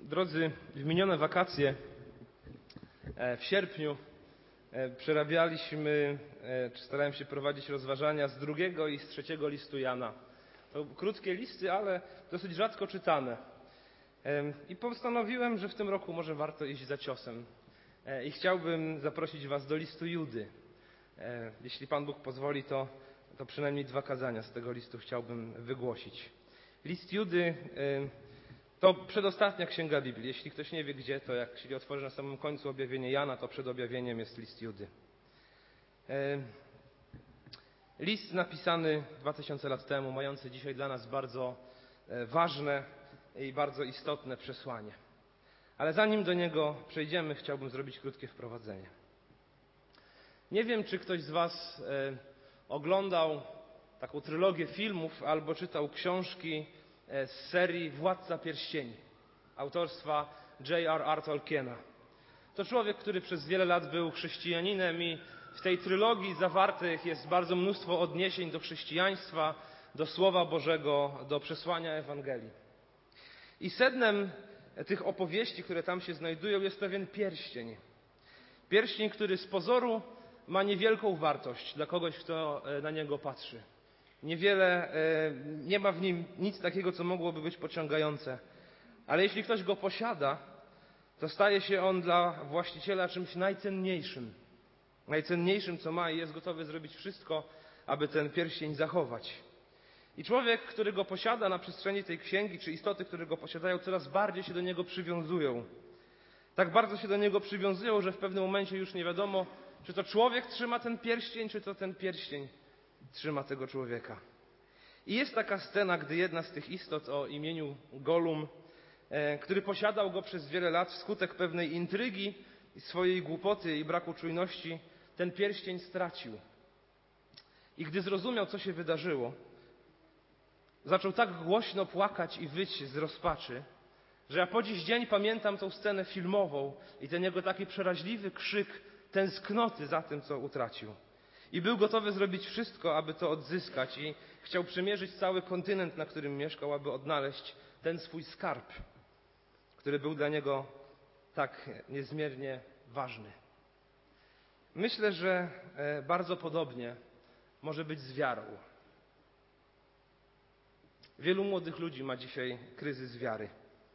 Drodzy, w minione wakacje w sierpniu przerabialiśmy, czy starałem się prowadzić rozważania z drugiego i z trzeciego listu Jana. To krótkie listy, ale dosyć rzadko czytane. I postanowiłem, że w tym roku może warto iść za ciosem. I chciałbym zaprosić Was do listu Judy. Jeśli Pan Bóg pozwoli, to przynajmniej 2 kazania z tego listu chciałbym wygłosić. List Judy to przedostatnia księga Biblii. Jeśli ktoś nie wie gdzie, to jak się otworzy na samym końcu objawienie Jana, to przed objawieniem jest list Judy. List napisany 2000 lat temu, mający dzisiaj dla nas bardzo ważne i bardzo istotne przesłanie. Ale zanim do niego przejdziemy, chciałbym zrobić krótkie wprowadzenie. Nie wiem, czy ktoś z Was oglądał taką trylogię filmów albo czytał książki z serii Władca Pierścieni autorstwa J.R.R. Tolkiena. To człowiek, który przez wiele lat był chrześcijaninem i w tej trylogii zawartych jest bardzo mnóstwo odniesień do chrześcijaństwa, do Słowa Bożego, do przesłania Ewangelii. I sednem tych opowieści, które tam się znajdują, jest pewien pierścień. Pierścień, który z pozoru ma niewielką wartość dla kogoś, kto na niego patrzy. Nie ma w nim nic takiego, co mogłoby być pociągające. Ale jeśli ktoś go posiada, to staje się on dla właściciela czymś najcenniejszym. Najcenniejszym, co ma, i jest gotowy zrobić wszystko, aby ten pierścień zachować. I człowiek, który go posiada na przestrzeni tej księgi, czy istoty, które go posiadają, coraz bardziej się do niego przywiązują. Tak bardzo się do niego przywiązują, że w pewnym momencie już nie wiadomo, czy to człowiek trzyma ten pierścień, czy to ten pierścień trzyma tego człowieka. I jest taka scena, gdy jedna z tych istot o imieniu Gollum, który posiadał go przez wiele lat wskutek pewnej intrygi, swojej głupoty i braku czujności, ten pierścień stracił. I gdy zrozumiał, co się wydarzyło, zaczął tak głośno płakać i wyć z rozpaczy, że ja po dziś dzień pamiętam tą scenę filmową i ten jego taki przeraźliwy krzyk tęsknoty za tym, co utracił. I był gotowy zrobić wszystko, aby to odzyskać, i chciał przemierzyć cały kontynent, na którym mieszkał, aby odnaleźć ten swój skarb, który był dla niego tak niezmiernie ważny. Myślę, że bardzo podobnie może być z wiarą. Wielu młodych ludzi ma dzisiaj kryzys wiary.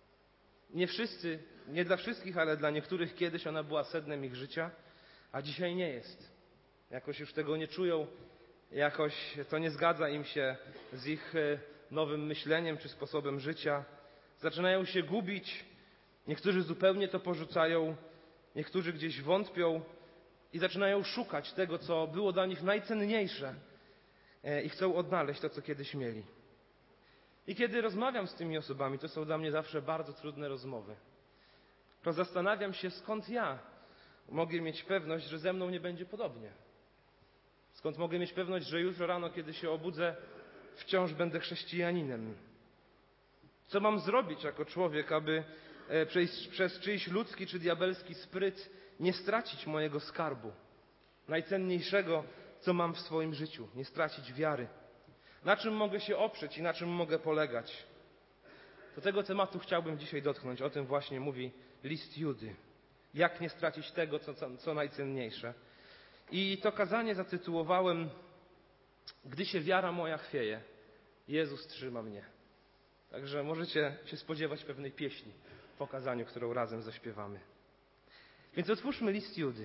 Nie dla wszystkich, ale dla niektórych kiedyś ona była sednem ich życia, a dzisiaj nie jest. Jakoś już tego nie czują, jakoś to nie zgadza im się z ich nowym myśleniem czy sposobem życia. Zaczynają się gubić, niektórzy zupełnie to porzucają, niektórzy gdzieś wątpią i zaczynają szukać tego, co było dla nich najcenniejsze, i chcą odnaleźć to, co kiedyś mieli. I kiedy rozmawiam z tymi osobami, to są dla mnie zawsze bardzo trudne rozmowy. To zastanawiam się, skąd ja mogę mieć pewność, że ze mną nie będzie podobnie. Skąd mogę mieć pewność, że jutro rano, kiedy się obudzę, wciąż będę chrześcijaninem? Co mam zrobić jako człowiek, aby przez czyjś ludzki czy diabelski spryt nie stracić mojego skarbu, najcenniejszego, co mam w swoim życiu, nie stracić wiary? Na czym mogę się oprzeć i na czym mogę polegać? Do tego tematu chciałbym dzisiaj dotknąć. O tym właśnie mówi list Judy. Jak nie stracić tego, co najcenniejsze. I to kazanie zatytułowałem: Gdy się wiara moja chwieje, Jezus trzyma mnie. Także możecie się spodziewać pewnej pieśni po kazaniu, którą razem zaśpiewamy. Więc otwórzmy list Judy.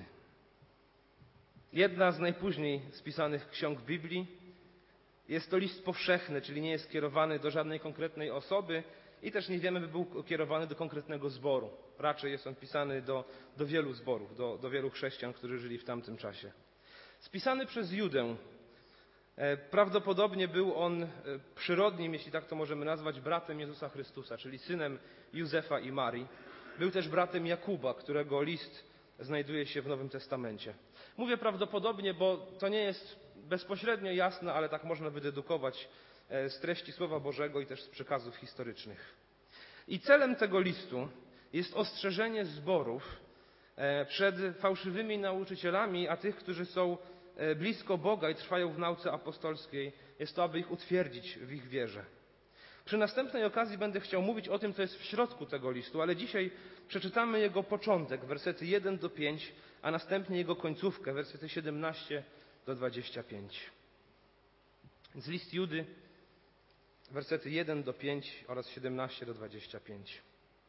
Jedna z najpóźniej spisanych ksiąg Biblii. Jest to list powszechny, czyli nie jest skierowany do żadnej konkretnej osoby i też nie wiemy, by był kierowany do konkretnego zboru. Raczej jest on pisany do wielu zborów, do wielu chrześcijan, którzy żyli w tamtym czasie. Spisany przez Judę. Prawdopodobnie był on przyrodnim, jeśli tak to możemy nazwać, bratem Jezusa Chrystusa, czyli synem Józefa i Marii. Był też bratem Jakuba, którego list znajduje się w Nowym Testamencie. Mówię prawdopodobnie, bo to nie jest bezpośrednio jasne, ale tak można wydedukować z treści Słowa Bożego i też z przekazów historycznych. I celem tego listu jest ostrzeżenie zborów przed fałszywymi nauczycielami, a tych, którzy są blisko Boga i trwają w nauce apostolskiej, jest to, aby ich utwierdzić w ich wierze. Przy następnej okazji będę chciał mówić o tym, co jest w środku tego listu, ale dzisiaj przeczytamy jego początek, wersety 1 do 5, a następnie jego końcówkę, wersety 17 do 25. Więc list Judy, wersety 1 do 5 oraz 17 do 25.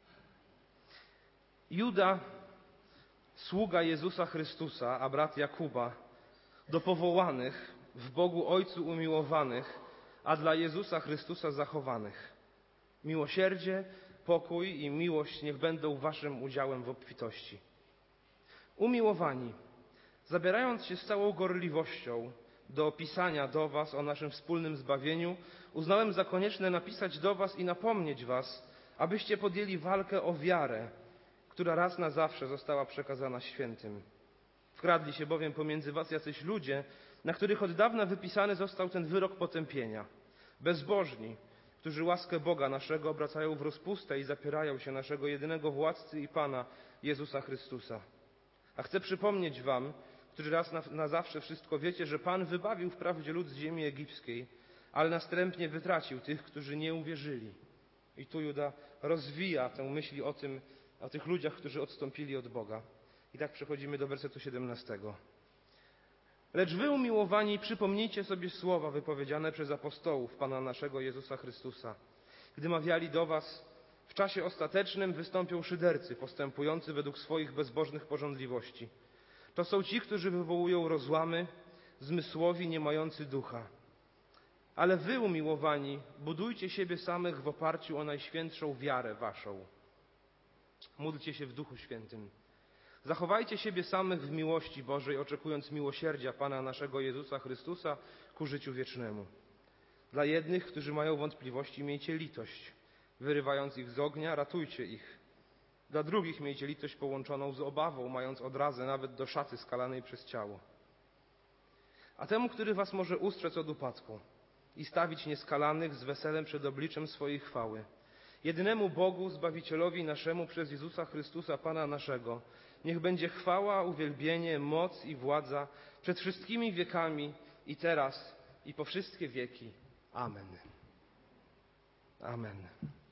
Juda, sługa Jezusa Chrystusa, a brat Jakuba, do powołanych, w Bogu Ojcu umiłowanych, a dla Jezusa Chrystusa zachowanych. Miłosierdzie, pokój i miłość niech będą waszym udziałem w obfitości. Umiłowani, zabierając się z całą gorliwością do opisania do was o naszym wspólnym zbawieniu, uznałem za konieczne napisać do was i napomnieć was, abyście podjęli walkę o wiarę, która raz na zawsze została przekazana świętym. Wkradli się bowiem pomiędzy was jacyś ludzie, na których od dawna wypisany został ten wyrok potępienia. Bezbożni, którzy łaskę Boga naszego obracają w rozpustę i zapierają się naszego jedynego władcy i Pana, Jezusa Chrystusa. A chcę przypomnieć wam, którzy raz na zawsze wszystko wiecie, że Pan wybawił wprawdzie lud z ziemi egipskiej, ale następnie wytracił tych, którzy nie uwierzyli. I tu Juda rozwija tę myśl o tych ludziach, którzy odstąpili od Boga. I tak przechodzimy do wersetu 17. Lecz wy, umiłowani, przypomnijcie sobie słowa wypowiedziane przez apostołów Pana naszego Jezusa Chrystusa, gdy mawiali do was: w czasie ostatecznym wystąpią szydercy, postępujący według swoich bezbożnych pożądliwości. To są ci, którzy wywołują rozłamy, zmysłowi, nie mający ducha. Ale wy, umiłowani, budujcie siebie samych w oparciu o najświętszą wiarę waszą. Módlcie się w Duchu Świętym. Zachowajcie siebie samych w miłości Bożej, oczekując miłosierdzia Pana naszego Jezusa Chrystusa ku życiu wiecznemu. Dla jednych, którzy mają wątpliwości, miejcie litość. Wyrywając ich z ognia, ratujcie ich. Dla drugich miejcie litość połączoną z obawą, mając odrazę nawet do szaty skalanej przez ciało. A temu, który was może ustrzec od upadku i stawić nieskalanych z weselem przed obliczem swojej chwały, jedynemu Bogu, Zbawicielowi naszemu przez Jezusa Chrystusa, Pana naszego, niech będzie chwała, uwielbienie, moc i władza przed wszystkimi wiekami i teraz, i po wszystkie wieki. Amen. Amen.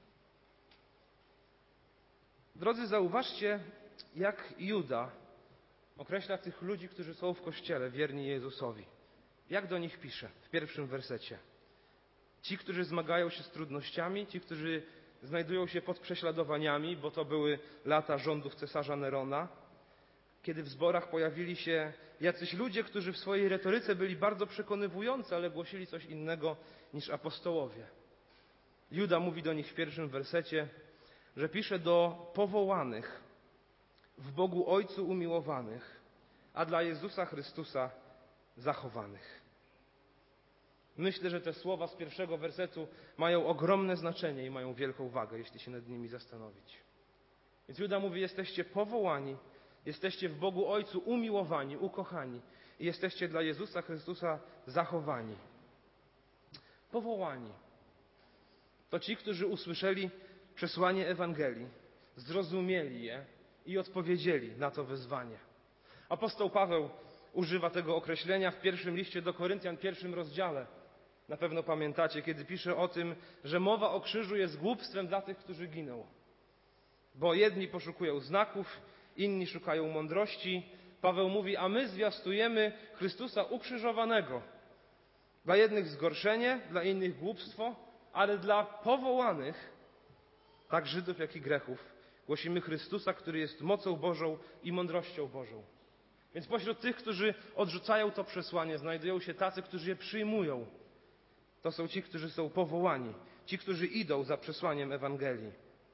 Drodzy, zauważcie, jak Juda określa tych ludzi, którzy są w Kościele, wierni Jezusowi. Jak do nich pisze w pierwszym wersecie. Ci, którzy zmagają się z trudnościami, ci, którzy znajdują się pod prześladowaniami, bo to były lata rządów cesarza Nerona, kiedy w zborach pojawili się jacyś ludzie, którzy w swojej retoryce byli bardzo przekonywujący, ale głosili coś innego niż apostołowie. Juda mówi do nich w pierwszym wersecie, że pisze do powołanych, w Bogu Ojcu umiłowanych, a dla Jezusa Chrystusa zachowanych. Myślę, że te słowa z pierwszego wersetu mają ogromne znaczenie i mają wielką wagę, jeśli się nad nimi zastanowić. Więc Juda mówi, jesteście powołani, jesteście w Bogu Ojcu umiłowani, ukochani i jesteście dla Jezusa Chrystusa zachowani. Powołani. To ci, którzy usłyszeli przesłanie Ewangelii, zrozumieli je i odpowiedzieli na to wezwanie. Apostoł Paweł używa tego określenia w pierwszym liście do Koryntian, 1 rozdziale. Na pewno pamiętacie, kiedy pisze o tym, że mowa o krzyżu jest głupstwem dla tych, którzy giną. Bo jedni poszukują znaków, inni szukają mądrości. Paweł mówi, a my zwiastujemy Chrystusa ukrzyżowanego. Dla jednych zgorszenie, dla innych głupstwo, ale dla powołanych, tak Żydów, jak i Grechów, głosimy Chrystusa, który jest mocą Bożą i mądrością Bożą. Więc pośród tych, którzy odrzucają to przesłanie, znajdują się tacy, którzy je przyjmują. To są ci, którzy są powołani, ci, którzy idą za przesłaniem Ewangelii.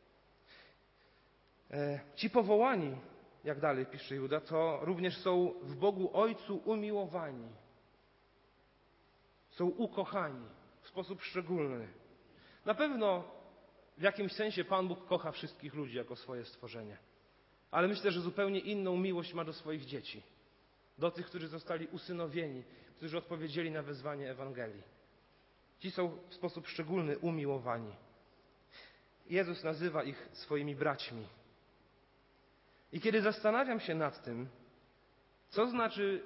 Ci powołani, jak dalej pisze Juda, to również są w Bogu Ojcu umiłowani. Są ukochani w sposób szczególny. Na pewno w jakimś sensie Pan Bóg kocha wszystkich ludzi jako swoje stworzenie. Ale myślę, że zupełnie inną miłość ma do swoich dzieci. Do tych, którzy zostali usynowieni, którzy odpowiedzieli na wezwanie Ewangelii. Ci są w sposób szczególny umiłowani. Jezus nazywa ich swoimi braćmi. I kiedy zastanawiam się nad tym, co znaczy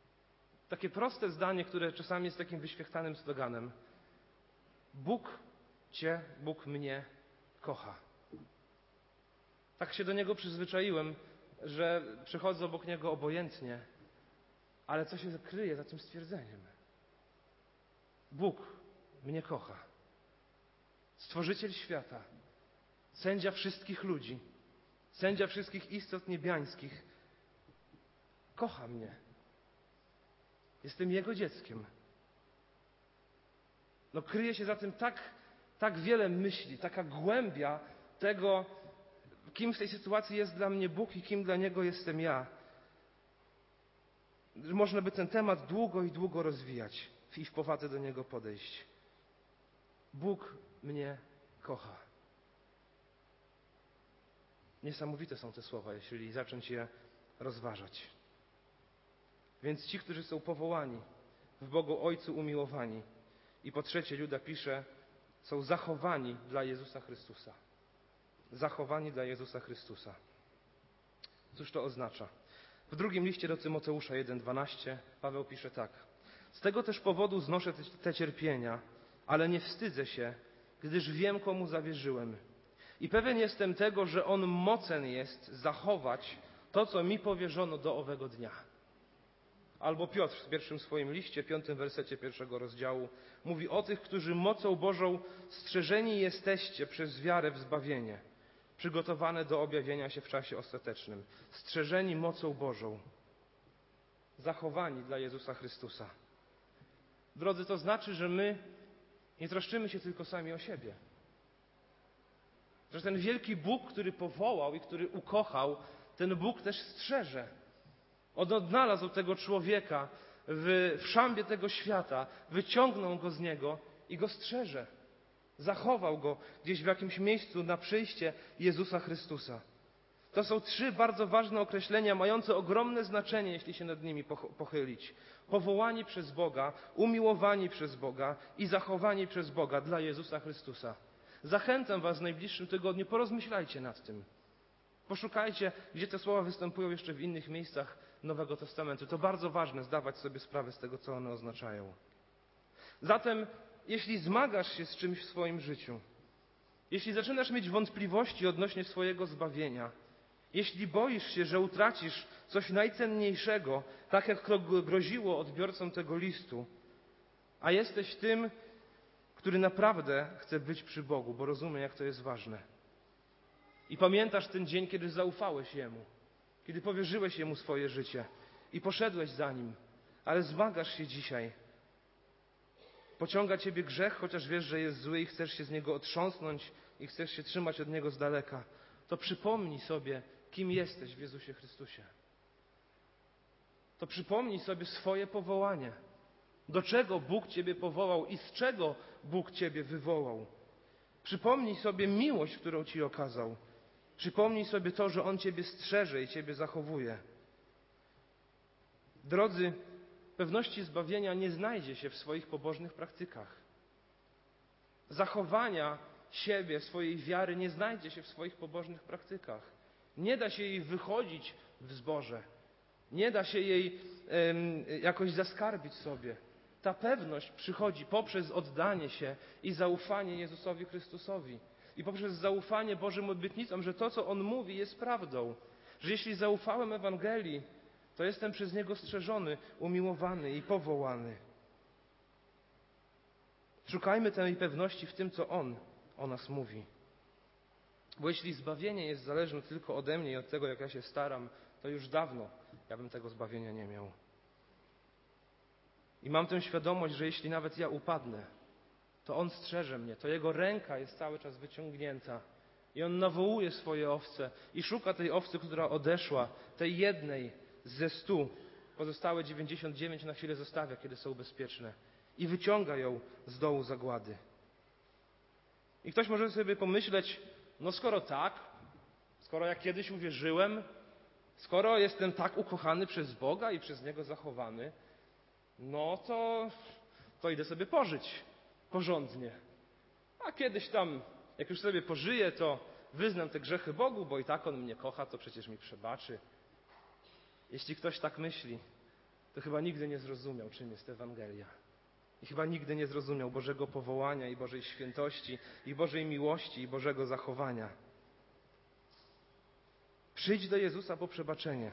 takie proste zdanie, które czasami jest takim wyświechtanym sloganem. Bóg Bóg mnie kocha. Tak się do Niego przyzwyczaiłem, że przechodzę obok Niego obojętnie, ale co się kryje za tym stwierdzeniem? Bóg mnie kocha. Stworzyciel świata, sędzia wszystkich ludzi, sędzia wszystkich istot niebiańskich, kocha mnie. Jestem Jego dzieckiem. Kryje się za tym tak wiele myśli, taka głębia tego, kim w tej sytuacji jest dla mnie Bóg i kim dla Niego jestem ja. Można by ten temat długo i długo rozwijać i w powadze do Niego podejść. Bóg mnie kocha. Niesamowite są te słowa, jeśli zacząć je rozważać. Więc ci, którzy są powołani, w Bogu Ojcu umiłowani. I po trzecie, Juda pisze, są zachowani dla Jezusa Chrystusa. Zachowani dla Jezusa Chrystusa. Cóż to oznacza? W drugim liście do Tymoteusza 1:12 Paweł pisze tak. Z tego też powodu znoszę te cierpienia, ale nie wstydzę się, gdyż wiem, komu zawierzyłem. I pewien jestem tego, że On mocen jest zachować to, co mi powierzono do owego dnia. Albo Piotr w pierwszym swoim liście, 5. wersecie 1. rozdziału, mówi o tych, którzy mocą Bożą strzeżeni jesteście przez wiarę w zbawienie, przygotowane do objawienia się w czasie ostatecznym. Strzeżeni mocą Bożą, zachowani dla Jezusa Chrystusa. Drodzy, to znaczy, że my nie troszczymy się tylko sami o siebie. Że ten wielki Bóg, który powołał i który ukochał, ten Bóg też strzeże. On odnalazł tego człowieka w szambie tego świata, wyciągnął go z niego i go strzeże. Zachował go gdzieś w jakimś miejscu na przyjście Jezusa Chrystusa. To są 3 bardzo ważne określenia, mające ogromne znaczenie, jeśli się nad nimi pochylić. Powołani przez Boga, umiłowani przez Boga i zachowani przez Boga dla Jezusa Chrystusa. Zachęcam Was w najbliższym tygodniu, porozmyślajcie nad tym. Poszukajcie, gdzie te słowa występują jeszcze w innych miejscach Nowego Testamentu. To bardzo ważne, zdawać sobie sprawę z tego, co one oznaczają. Zatem, jeśli zmagasz się z czymś w swoim życiu, jeśli zaczynasz mieć wątpliwości odnośnie swojego zbawienia, jeśli boisz się, że utracisz coś najcenniejszego, tak jak groziło odbiorcom tego listu, a jesteś tym, który naprawdę chce być przy Bogu, bo rozumie, jak to jest ważne. I pamiętasz ten dzień, kiedy zaufałeś Jemu, kiedy powierzyłeś Jemu swoje życie i poszedłeś za Nim, ale zmagasz się dzisiaj. Pociąga Ciebie grzech, chociaż wiesz, że jest zły i chcesz się z niego otrząsnąć i chcesz się trzymać od niego z daleka. To przypomnij sobie, kim jesteś w Jezusie Chrystusie. To przypomnij sobie swoje powołanie. Do czego Bóg Ciebie powołał i z czego Bóg Ciebie wywołał. Przypomnij sobie miłość, którą Ci okazał. Przypomnij sobie to, że On Ciebie strzeże i Ciebie zachowuje. Drodzy, pewności zbawienia nie znajdzie się w swoich pobożnych praktykach. Zachowania siebie, swojej wiary nie znajdzie się w swoich pobożnych praktykach. Nie da się jej wychodzić w zborze. Nie da się jej jakoś zaskarbić sobie. Ta pewność przychodzi poprzez oddanie się i zaufanie Jezusowi Chrystusowi. I poprzez zaufanie Bożym obietnicom, że to, co On mówi, jest prawdą. Że jeśli zaufałem Ewangelii, to jestem przez Niego strzeżony, umiłowany i powołany. Szukajmy tej pewności w tym, co On o nas mówi. Bo jeśli zbawienie jest zależne tylko ode mnie i od tego, jak ja się staram, to już dawno ja bym tego zbawienia nie miał. I mam tę świadomość, że jeśli nawet ja upadnę, to On strzeże mnie, to Jego ręka jest cały czas wyciągnięta. I On nawołuje swoje owce i szuka tej owcy, która odeszła, tej jednej ze 100. Pozostałe 99 na chwilę zostawia, kiedy są bezpieczne. I wyciąga ją z dołu zagłady. I ktoś może sobie pomyśleć, no skoro tak, skoro ja kiedyś uwierzyłem, skoro jestem tak ukochany przez Boga i przez Niego zachowany, no to idę sobie pożyć porządnie. A kiedyś tam, jak już sobie pożyję, to wyznam te grzechy Bogu, bo i tak On mnie kocha, to przecież mi przebaczy. Jeśli ktoś tak myśli, to chyba nigdy nie zrozumiał, czym jest Ewangelia. I chyba nigdy nie zrozumiał Bożego powołania i Bożej świętości, i Bożej miłości, i Bożego zachowania. Przyjdź do Jezusa po przebaczenie.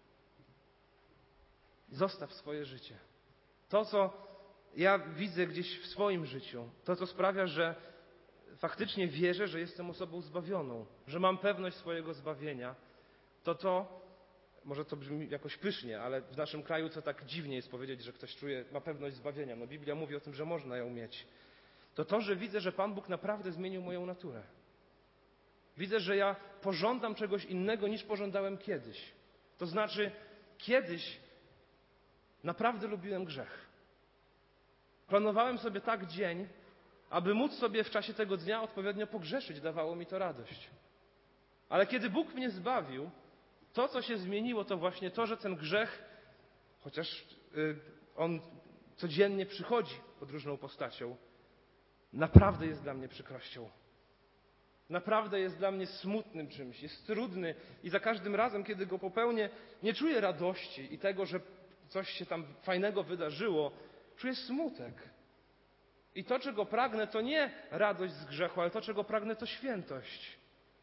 Zostaw swoje życie. To, co ja widzę gdzieś w swoim życiu, to, co sprawia, że faktycznie wierzę, że jestem osobą zbawioną, że mam pewność swojego zbawienia, to, może to brzmi jakoś pysznie, ale w naszym kraju to tak dziwnie jest powiedzieć, że ktoś ma pewność zbawienia. No Biblia mówi o tym, że można ją mieć. To, że widzę, że Pan Bóg naprawdę zmienił moją naturę. Widzę, że ja pożądam czegoś innego, niż pożądałem kiedyś. To znaczy, kiedyś naprawdę lubiłem grzech. Planowałem sobie tak dzień, aby móc sobie w czasie tego dnia odpowiednio pogrzeszyć. Dawało mi to radość. Ale kiedy Bóg mnie zbawił, to, co się zmieniło, to właśnie to, że ten grzech, chociaż on codziennie przychodzi pod różną postacią, naprawdę jest dla mnie przykrością. Naprawdę jest dla mnie smutnym czymś, jest trudny i za każdym razem, kiedy go popełnię, nie czuję radości i tego, że coś się tam fajnego wydarzyło, czuję smutek. I to, czego pragnę, to nie radość z grzechu, ale to, czego pragnę, to świętość.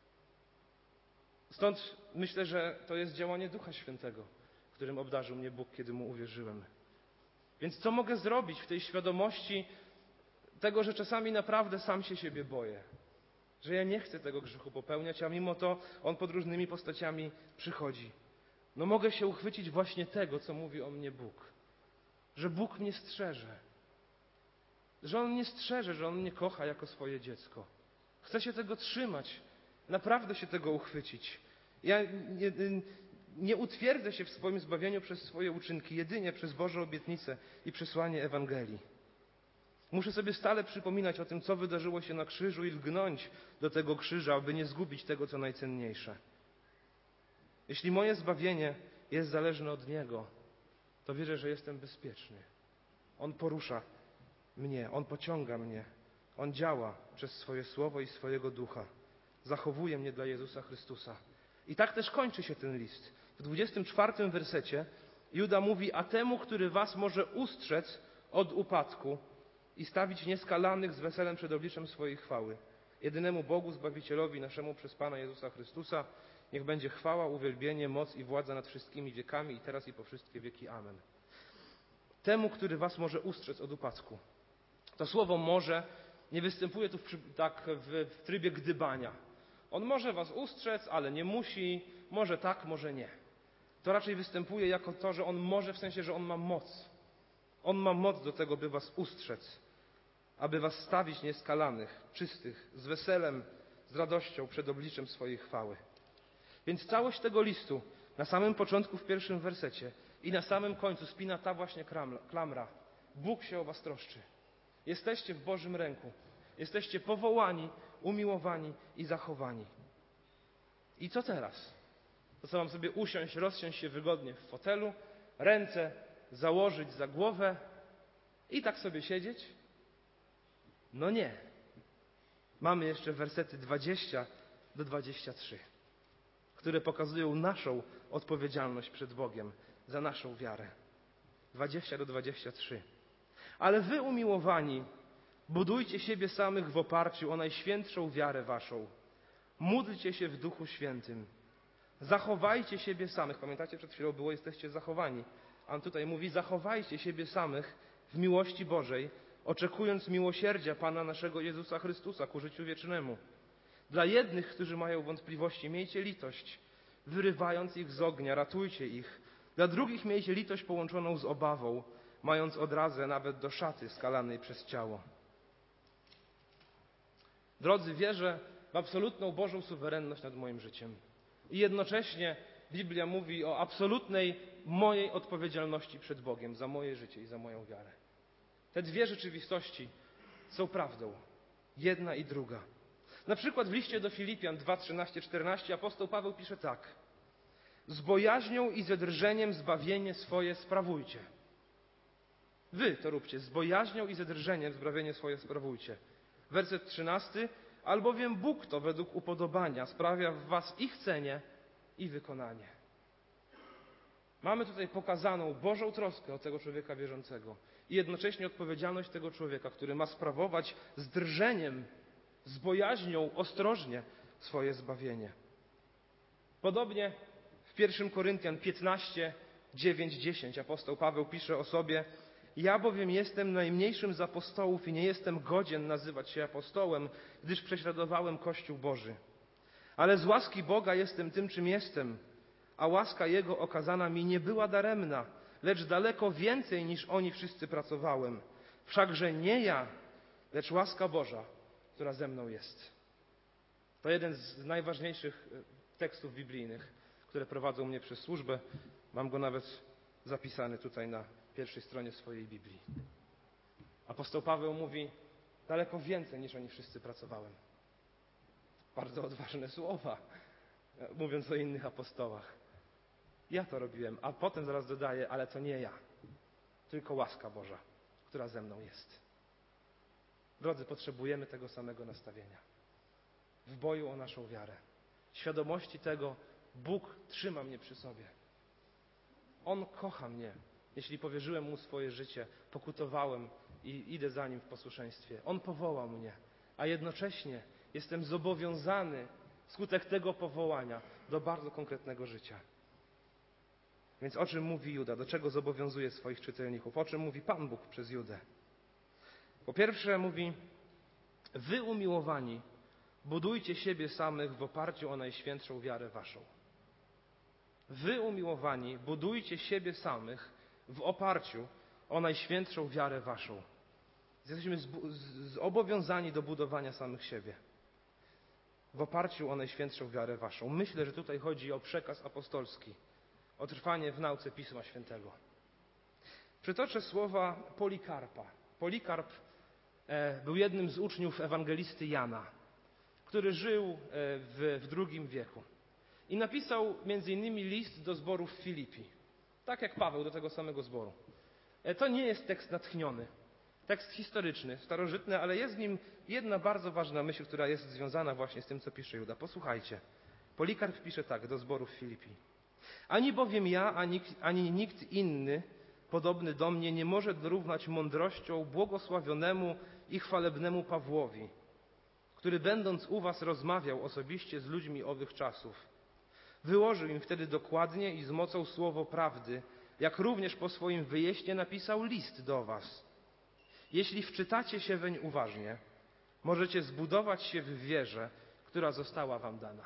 Stąd myślę, że to jest działanie Ducha Świętego, którym obdarzył mnie Bóg, kiedy Mu uwierzyłem. Więc co mogę zrobić w tej świadomości tego, że czasami naprawdę sam się siebie boję? Że ja nie chcę tego grzechu popełniać, a mimo to on pod różnymi postaciami przychodzi. No mogę się uchwycić właśnie tego, co mówi o mnie Bóg. Że Bóg mnie strzeże. Że On mnie strzeże, że On mnie kocha jako swoje dziecko. Chcę się tego trzymać. Naprawdę się tego uchwycić. Ja nie utwierdzę się w swoim zbawieniu przez swoje uczynki, jedynie przez Boże obietnice i przesłanie Ewangelii. Muszę sobie stale przypominać o tym, co wydarzyło się na krzyżu i lgnąć do tego krzyża, aby nie zgubić tego, co najcenniejsze. Jeśli moje zbawienie jest zależne od Niego, to wierzę, że jestem bezpieczny. On porusza mnie, On pociąga mnie. On działa przez swoje Słowo i swojego Ducha. Zachowuje mnie dla Jezusa Chrystusa. I tak też kończy się ten list. W 24 wersecie Juda mówi: a temu, który was może ustrzec od upadku i stawić nieskalanych z weselem przed obliczem swojej chwały. Jedynemu Bogu, Zbawicielowi naszemu przez Pana Jezusa Chrystusa, niech będzie chwała, uwielbienie, moc i władza nad wszystkimi wiekami i teraz i po wszystkie wieki. Amen. Temu, który was może ustrzec od upadku. To słowo może nie występuje tu w trybie gdybania. On może was ustrzec, ale nie musi, może tak, może nie. To raczej występuje jako to, że on może, w sensie, że on ma moc. On ma moc do tego, by was ustrzec, aby was stawić nieskalanych, czystych, z weselem, z radością przed obliczem swojej chwały. Więc całość tego listu, na samym początku w pierwszym wersecie i na samym końcu spina ta właśnie klamra. Bóg się o was troszczy. Jesteście w Bożym ręku. Jesteście powołani, umiłowani i zachowani. I co teraz? To co, mam sobie usiąść, rozsiąść się wygodnie w fotelu, ręce założyć za głowę i tak sobie siedzieć? No nie. Mamy jeszcze wersety 20 do 23, które pokazują naszą odpowiedzialność przed Bogiem za naszą wiarę. 20 do 23. Ale wy, umiłowani, budujcie siebie samych w oparciu o najświętszą wiarę waszą. Módlcie się w Duchu Świętym. Zachowajcie siebie samych. Pamiętacie, przed chwilą było: jesteście zachowani. A on tutaj mówi: zachowajcie siebie samych w miłości Bożej, oczekując miłosierdzia Pana naszego Jezusa Chrystusa ku życiu wiecznemu. Dla jednych, którzy mają wątpliwości, miejcie litość, wyrywając ich z ognia, ratujcie ich. Dla drugich miejcie litość połączoną z obawą, mając odrazę nawet do szaty skalanej przez ciało. Drodzy, wierzę w absolutną Bożą suwerenność nad moim życiem. I jednocześnie Biblia mówi o absolutnej mojej odpowiedzialności przed Bogiem za moje życie i za moją wiarę. Te dwie rzeczywistości są prawdą. Jedna i druga. Na przykład w liście do Filipian 2, 13, 14 apostoł Paweł pisze tak: z bojaźnią i ze drżeniem zbawienie swoje sprawujcie. Wy to róbcie, z bojaźnią i ze drżeniem zbawienie swoje sprawujcie. Werset 13: albowiem Bóg to według upodobania sprawia w was i chcenie, i wykonanie. Mamy tutaj pokazaną Bożą troskę o tego człowieka wierzącego i jednocześnie odpowiedzialność tego człowieka, który ma sprawować z drżeniem, z bojaźnią, ostrożnie swoje zbawienie. Podobnie w 1 Koryntian 15, 9, 10 apostoł Paweł pisze o sobie: ja bowiem jestem najmniejszym z apostołów i nie jestem godzien nazywać się apostołem, gdyż prześladowałem Kościół Boży. Ale z łaski Boga jestem tym, czym jestem, a łaska Jego okazana mi nie była daremna, lecz daleko więcej niż oni wszyscy pracowałem. Wszakże nie ja, lecz łaska Boża, która ze mną jest. To jeden z najważniejszych tekstów biblijnych, które prowadzą mnie przez służbę. Mam go nawet zapisany tutaj na pierwszej stronie swojej Biblii. Apostoł Paweł mówi: daleko więcej niż oni wszyscy pracowałem. Bardzo odważne słowa, mówiąc o innych apostołach. Ja to robiłem, a potem zaraz dodaję: ale to nie ja, tylko łaska Boża, która ze mną jest. Drodzy, potrzebujemy tego samego nastawienia w boju o naszą wiarę. Świadomości tego: Bóg trzyma mnie przy sobie. On kocha mnie. Jeśli powierzyłem Mu swoje życie, pokutowałem i idę za Nim w posłuszeństwie. On powołał mnie, a jednocześnie jestem zobowiązany wskutek tego powołania do bardzo konkretnego życia. Więc o czym mówi Juda? Do czego zobowiązuje swoich czytelników? O czym mówi Pan Bóg przez Judę? Po pierwsze mówi: wy umiłowani, budujcie siebie samych w oparciu o najświętszą wiarę waszą. Wy umiłowani, budujcie siebie samych w oparciu o najświętszą wiarę waszą. Jesteśmy zobowiązani do budowania samych siebie w oparciu o najświętszą wiarę waszą. Myślę, że tutaj chodzi o przekaz apostolski, o trwanie w nauce Pisma Świętego. Przytoczę słowa Polikarpa. Polikarp był jednym z uczniów ewangelisty Jana, który żył w II wieku. I napisał m.in. list do zboru w Filipi. Tak jak Paweł do tego samego zboru. To nie jest tekst natchniony. Tekst historyczny, starożytny, ale jest w nim jedna bardzo ważna myśl, która jest związana właśnie z tym, co pisze Juda. Posłuchajcie. Polikarp pisze tak do zboru w Filipi. Ani bowiem ja, ani nikt inny podobny do mnie nie może dorównać mądrością błogosławionemu i chwalebnemu Pawłowi, który będąc u was rozmawiał osobiście z ludźmi owych czasów. Wyłożył im wtedy dokładnie i z mocą słowo prawdy, jak również po swoim wyjeździe napisał list do was. Jeśli wczytacie się weń uważnie, możecie zbudować się w wierze, która została wam dana.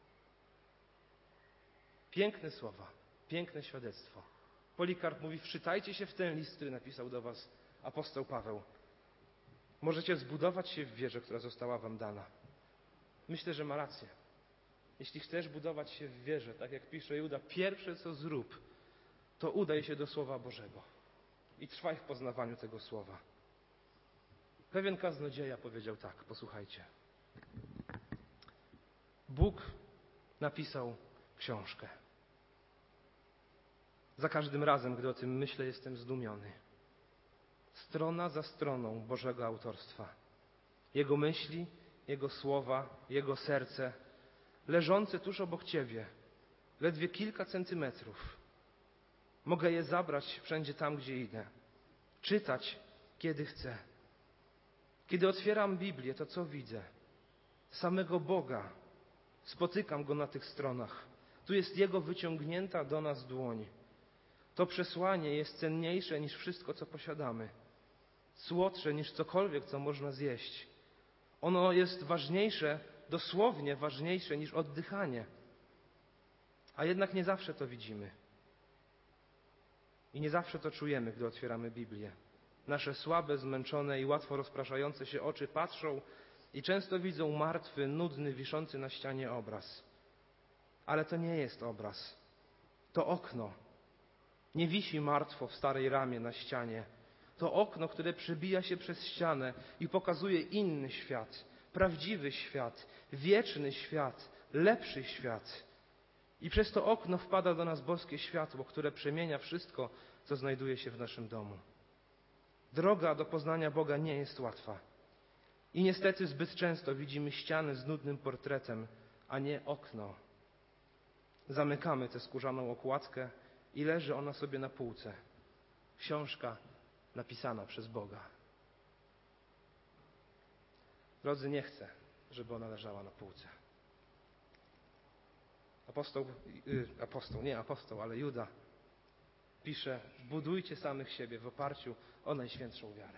Piękne słowa, piękne świadectwo. Polikarp mówi: wczytajcie się w ten list, który napisał do was apostoł Paweł. Możecie zbudować się w wierze, która została wam dana. Myślę, że ma rację. Jeśli chcesz budować się w wierze, tak jak pisze Juda, pierwsze co zrób, to udaj się do Słowa Bożego i trwaj w poznawaniu tego Słowa. Pewien kaznodzieja powiedział tak, posłuchajcie. Bóg napisał książkę. Za każdym razem, gdy o tym myślę, jestem zdumiony. Strona za stroną Bożego autorstwa. Jego myśli, Jego słowa, Jego serce, leżące tuż obok Ciebie, ledwie kilka centymetrów. Mogę je zabrać wszędzie tam, gdzie idę. Czytać, kiedy chcę. Kiedy otwieram Biblię, to co widzę? Samego Boga. Spotykam Go na tych stronach. Tu jest Jego wyciągnięta do nas dłoń. To przesłanie jest cenniejsze niż wszystko, co posiadamy. Słodsze niż cokolwiek, co można zjeść. Ono jest ważniejsze, dosłownie ważniejsze niż oddychanie. A jednak nie zawsze to widzimy. I nie zawsze to czujemy, gdy otwieramy Biblię. Nasze słabe, zmęczone i łatwo rozpraszające się oczy patrzą i często widzą martwy, nudny, wiszący na ścianie obraz. Ale to nie jest obraz. To okno. Nie wisi martwo w starej ramie na ścianie. To okno, które przebija się przez ścianę i pokazuje inny świat, prawdziwy świat, wieczny świat, lepszy świat. I przez to okno wpada do nas boskie światło, które przemienia wszystko, co znajduje się w naszym domu. Droga do poznania Boga nie jest łatwa. I niestety zbyt często widzimy ścianę z nudnym portretem, a nie okno. Zamykamy tę skórzaną okładkę i leży ona sobie na półce. Książka napisana przez Boga. Drodzy, nie chcę, żeby ona leżała na półce. Ale Juda pisze: budujcie samych siebie w oparciu o najświętszą wiarę.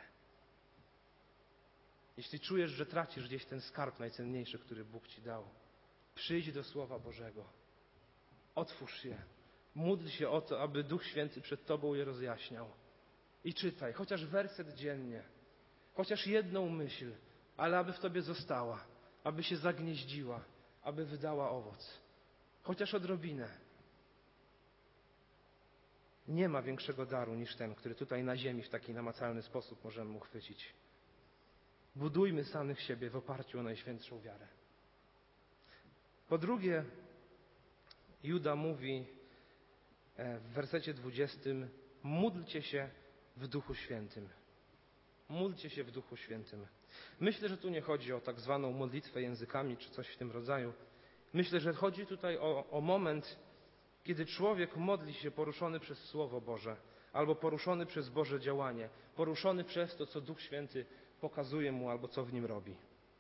Jeśli czujesz, że tracisz gdzieś ten skarb najcenniejszy, który Bóg ci dał, przyjdź do Słowa Bożego. Otwórz je. Módl się o to, aby Duch Święty przed tobą je rozjaśniał. I czytaj, chociaż werset dziennie, chociaż jedną myśl, ale aby w tobie została, aby się zagnieździła, aby wydała owoc. Chociaż odrobinę. Nie ma większego daru niż ten, który tutaj na ziemi w taki namacalny sposób możemy uchwycić. Budujmy samych siebie w oparciu o najświętszą wiarę. Po drugie, Juda mówi w wersecie 20: módlcie się w Duchu Świętym. Módlcie się w Duchu Świętym. Myślę, że tu nie chodzi o tak zwaną modlitwę językami czy coś w tym rodzaju. Myślę, że chodzi tutaj o moment, kiedy człowiek modli się poruszony przez Słowo Boże albo poruszony przez Boże działanie, poruszony przez to, co Duch Święty pokazuje mu albo co w nim robi.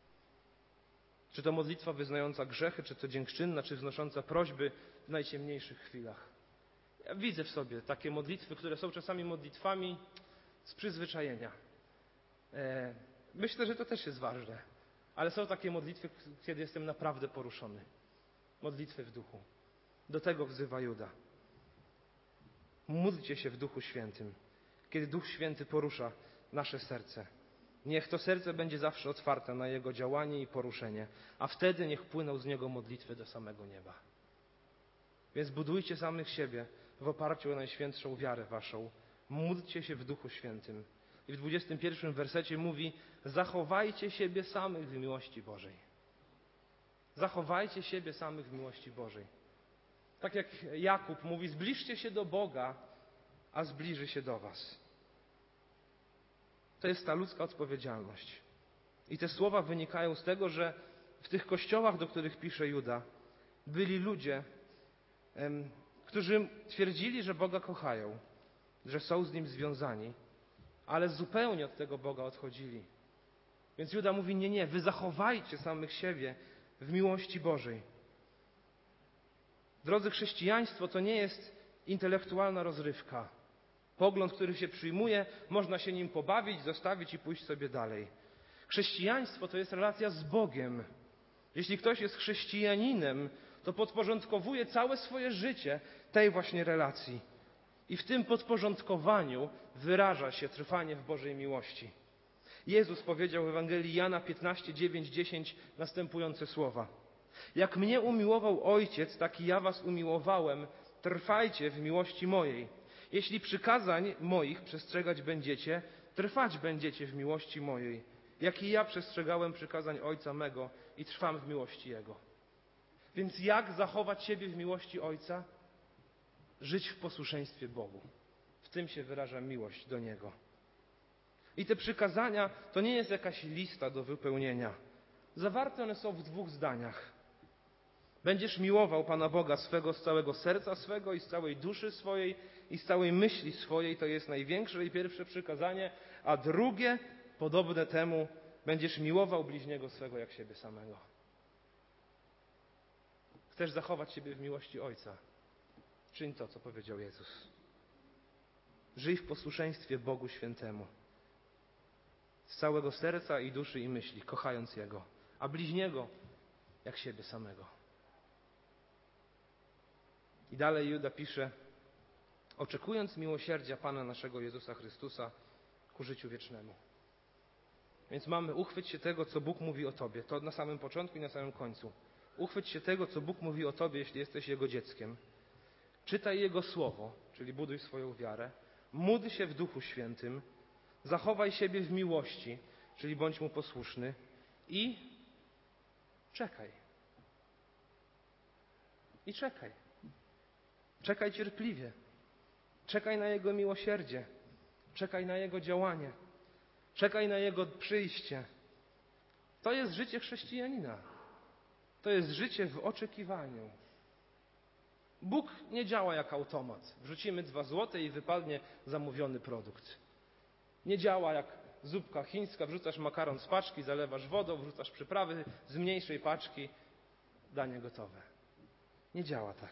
Czy to modlitwa wyznająca grzechy, czy to dziękczynna, czy wznosząca prośby w najciemniejszych chwilach. Ja widzę w sobie takie modlitwy, które są czasami modlitwami z przyzwyczajenia. Myślę, że to też jest ważne, ale są takie modlitwy, kiedy jestem naprawdę poruszony. Modlitwy w duchu. Do tego wzywa Juda. Módlcie się w Duchu Świętym, kiedy Duch Święty porusza nasze serce. Niech to serce będzie zawsze otwarte na Jego działanie i poruszenie, a wtedy niech płyną z Niego modlitwy do samego nieba. Więc budujcie samych siebie w oparciu o najświętszą wiarę waszą. Módlcie się w Duchu Świętym. I w 21 wersecie mówi: zachowajcie siebie samych w miłości Bożej. Zachowajcie siebie samych w miłości Bożej. Tak jak Jakub mówi: zbliżcie się do Boga, a zbliży się do was. To jest ta ludzka odpowiedzialność. I te słowa wynikają z tego, że w tych kościołach, do których pisze Juda, byli ludzie, którzy twierdzili, że Boga kochają, że są z Nim związani, ale zupełnie od tego Boga odchodzili. Więc Juda mówi: nie, wy zachowajcie samych siebie w miłości Bożej. Drodzy, chrześcijaństwo to nie jest intelektualna rozrywka. Pogląd, który się przyjmuje, można się nim pobawić, zostawić i pójść sobie dalej. Chrześcijaństwo to jest relacja z Bogiem. Jeśli ktoś jest chrześcijaninem, to podporządkowuje całe swoje życie tej właśnie relacji. I w tym podporządkowaniu wyraża się trwanie w Bożej miłości. Jezus powiedział w Ewangelii Jana 15, 9, 10 następujące słowa: jak mnie umiłował Ojciec, tak i ja was umiłowałem, trwajcie w miłości mojej. Jeśli przykazań moich przestrzegać będziecie, trwać będziecie w miłości mojej, jak i ja przestrzegałem przykazań Ojca mego i trwam w miłości Jego. Więc jak zachować siebie w miłości Ojca? Żyć w posłuszeństwie Bogu. W tym się wyraża miłość do Niego. I te przykazania to nie jest jakaś lista do wypełnienia. Zawarte one są w 2 zdaniach. Będziesz miłował Pana Boga swego z całego serca swego i z całej duszy swojej i z całej myśli swojej. To jest największe i pierwsze przykazanie. A drugie, podobne temu, będziesz miłował bliźniego swego jak siebie samego. Chcesz zachować siebie w miłości Ojca? Czyń to, co powiedział Jezus. Żyj w posłuszeństwie Bogu Świętemu. Z całego serca i duszy i myśli, kochając Jego. A bliźniego jak siebie samego. I dalej Juda pisze: oczekując miłosierdzia Pana naszego Jezusa Chrystusa ku życiu wiecznemu. Więc mamy uchwyć się tego, co Bóg mówi o tobie. To na samym początku i na samym końcu. Uchwyć się tego, co Bóg mówi o tobie, jeśli jesteś Jego dzieckiem. Czytaj Jego Słowo, czyli buduj swoją wiarę. Módl się w Duchu Świętym. Zachowaj siebie w miłości, czyli bądź Mu posłuszny. I czekaj. I czekaj. Czekaj cierpliwie. Czekaj na Jego miłosierdzie. Czekaj na Jego działanie. Czekaj na Jego przyjście. To jest życie chrześcijanina. To jest życie w oczekiwaniu. Bóg nie działa jak automat. Wrzucimy 2 złote i wypadnie zamówiony produkt. Nie działa jak zupka chińska. Wrzucasz makaron z paczki, zalewasz wodą, wrzucasz przyprawy z mniejszej paczki, danie gotowe. Nie działa tak.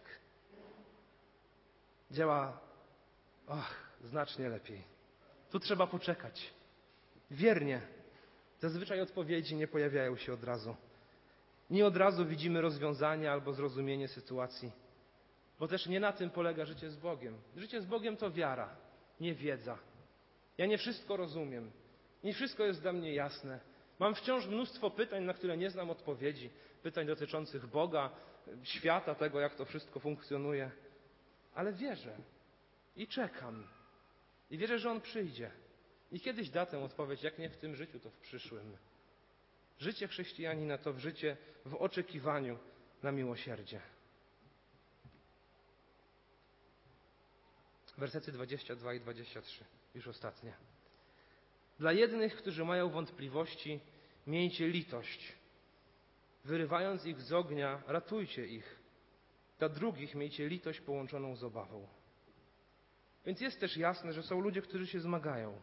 Działa znacznie lepiej. Tu trzeba poczekać. Wiernie. Zazwyczaj odpowiedzi nie pojawiają się od razu. Nie od razu widzimy rozwiązanie albo zrozumienie sytuacji. Bo też nie na tym polega życie z Bogiem. Życie z Bogiem to wiara, nie wiedza. Ja nie wszystko rozumiem. Nie wszystko jest dla mnie jasne. Mam wciąż mnóstwo pytań, na które nie znam odpowiedzi. Pytań dotyczących Boga, świata, tego, jak to wszystko funkcjonuje. Ale wierzę i czekam. I wierzę, że On przyjdzie. I kiedyś da tę odpowiedź, jak nie w tym życiu, to w przyszłym. Życie chrześcijanina to życie w oczekiwaniu na miłosierdzie. Wersety 22 i 23, już ostatnie. Dla jednych, którzy mają wątpliwości, miejcie litość. Wyrywając ich z ognia, ratujcie ich. Dla drugich miejcie litość połączoną z obawą. Więc jest też jasne, że są ludzie, którzy się zmagają.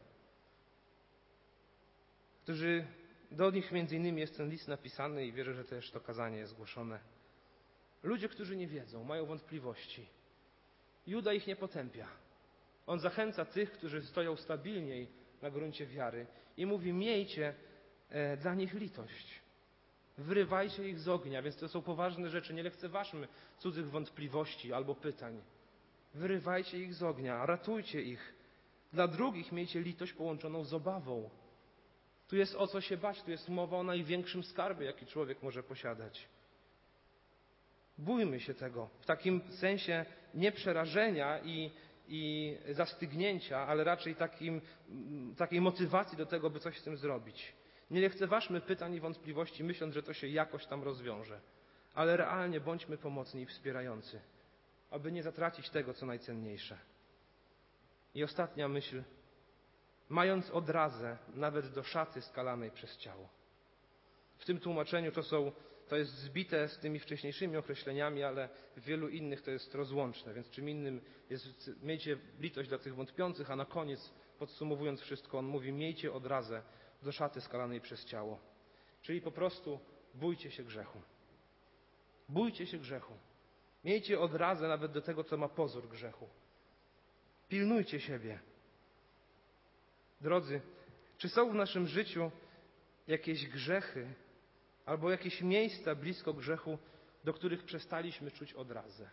Do nich między innymi jest ten list napisany i wierzę, że też to kazanie jest głoszone. Ludzie, którzy nie wiedzą, mają wątpliwości. Juda ich nie potępia. On zachęca tych, którzy stoją stabilniej na gruncie wiary i mówi: miejcie dla nich litość. Wyrywajcie ich z ognia, więc to są poważne rzeczy. Nie lekceważmy cudzych wątpliwości albo pytań. Wyrywajcie ich z ognia, ratujcie ich. Dla drugich miejcie litość połączoną z obawą. Tu jest o co się bać, tu jest mowa o największym skarbie, jaki człowiek może posiadać. Bójmy się tego, w takim sensie nie przerażenia i zastygnięcia, ale raczej takiej motywacji do tego, by coś z tym zrobić. Nie lekceważmy pytań i wątpliwości, myśląc, że to się jakoś tam rozwiąże, ale realnie bądźmy pomocni i wspierający, aby nie zatracić tego, co najcenniejsze. I ostatnia myśl. Mając odrazę nawet do szaty skalanej przez ciało. W tym tłumaczeniu to jest zbite z tymi wcześniejszymi określeniami, ale w wielu innych to jest rozłączne, więc czym innym jest miejcie litość dla tych wątpiących, a na koniec, podsumowując wszystko, on mówi: miejcie odrazę do szaty skalanej przez ciało. Czyli po prostu bójcie się grzechu. Bójcie się grzechu. Miejcie odrazę nawet do tego, co ma pozór grzechu. Pilnujcie siebie. Drodzy, czy są w naszym życiu jakieś grzechy albo jakieś miejsca blisko grzechu, do których przestaliśmy czuć odrazę?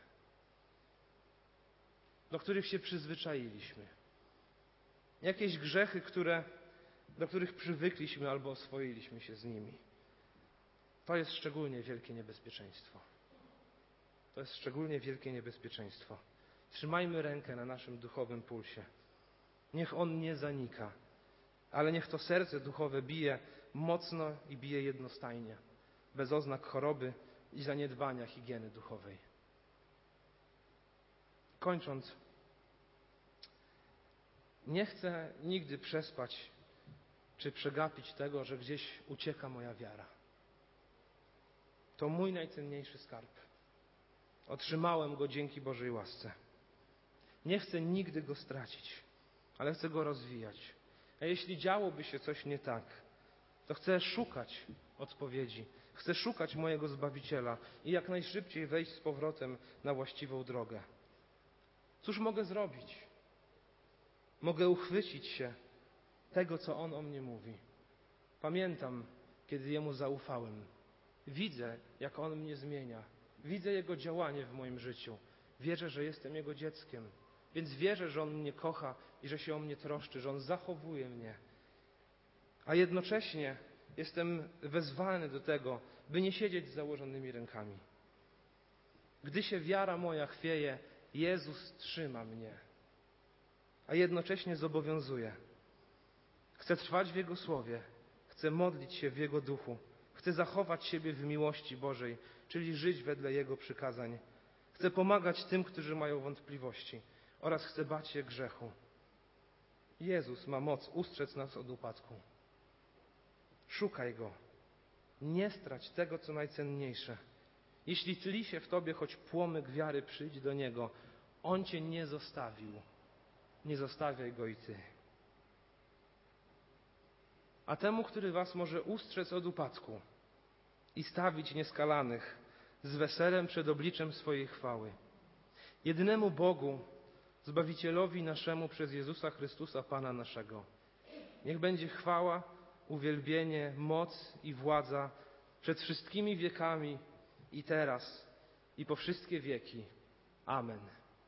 Do których się przyzwyczailiśmy? Jakieś grzechy, do których przywykliśmy albo oswoiliśmy się z nimi? To jest szczególnie wielkie niebezpieczeństwo. To jest szczególnie wielkie niebezpieczeństwo. Trzymajmy rękę na naszym duchowym pulsie. Niech on nie zanika, ale niech to serce duchowe bije mocno i bije jednostajnie, bez oznak choroby i zaniedbania higieny duchowej. Kończąc, nie chcę nigdy przespać czy przegapić tego, że gdzieś ucieka moja wiara. To mój najcenniejszy skarb. Otrzymałem go dzięki Bożej łasce. Nie chcę nigdy go stracić, ale chcę go rozwijać. A jeśli działoby się coś nie tak, to chcę szukać odpowiedzi. Chcę szukać mojego Zbawiciela i jak najszybciej wejść z powrotem na właściwą drogę. Cóż mogę zrobić? Mogę uchwycić się tego, co On o mnie mówi. Pamiętam, kiedy Jemu zaufałem. Widzę, jak On mnie zmienia. Widzę Jego działanie w moim życiu. Wierzę, że jestem Jego dzieckiem. Więc wierzę, że On mnie kocha i że się o mnie troszczy, że On zachowuje mnie. A jednocześnie jestem wezwany do tego, by nie siedzieć z założonymi rękami. Gdy się wiara moja chwieje, Jezus trzyma mnie, a jednocześnie zobowiązuje. Chcę trwać w Jego Słowie, chcę modlić się w Jego duchu, chcę zachować siebie w miłości Bożej, czyli żyć wedle Jego przykazań. Chcę pomagać tym, którzy mają wątpliwości oraz chcę bać się grzechu. Jezus ma moc ustrzec nas od upadku. Szukaj Go. Nie strać tego, co najcenniejsze. Jeśli tli się w tobie choć płomyk wiary, przyjdź do Niego. On cię nie zostawił. Nie zostawiaj Go i ty. A temu, który was może ustrzec od upadku i stawić nieskalanych z weselem przed obliczem swojej chwały. Jedynemu Bogu, Zbawicielowi naszemu przez Jezusa Chrystusa, Pana naszego. Niech będzie chwała, uwielbienie, moc i władza przed wszystkimi wiekami i teraz, i po wszystkie wieki. Amen.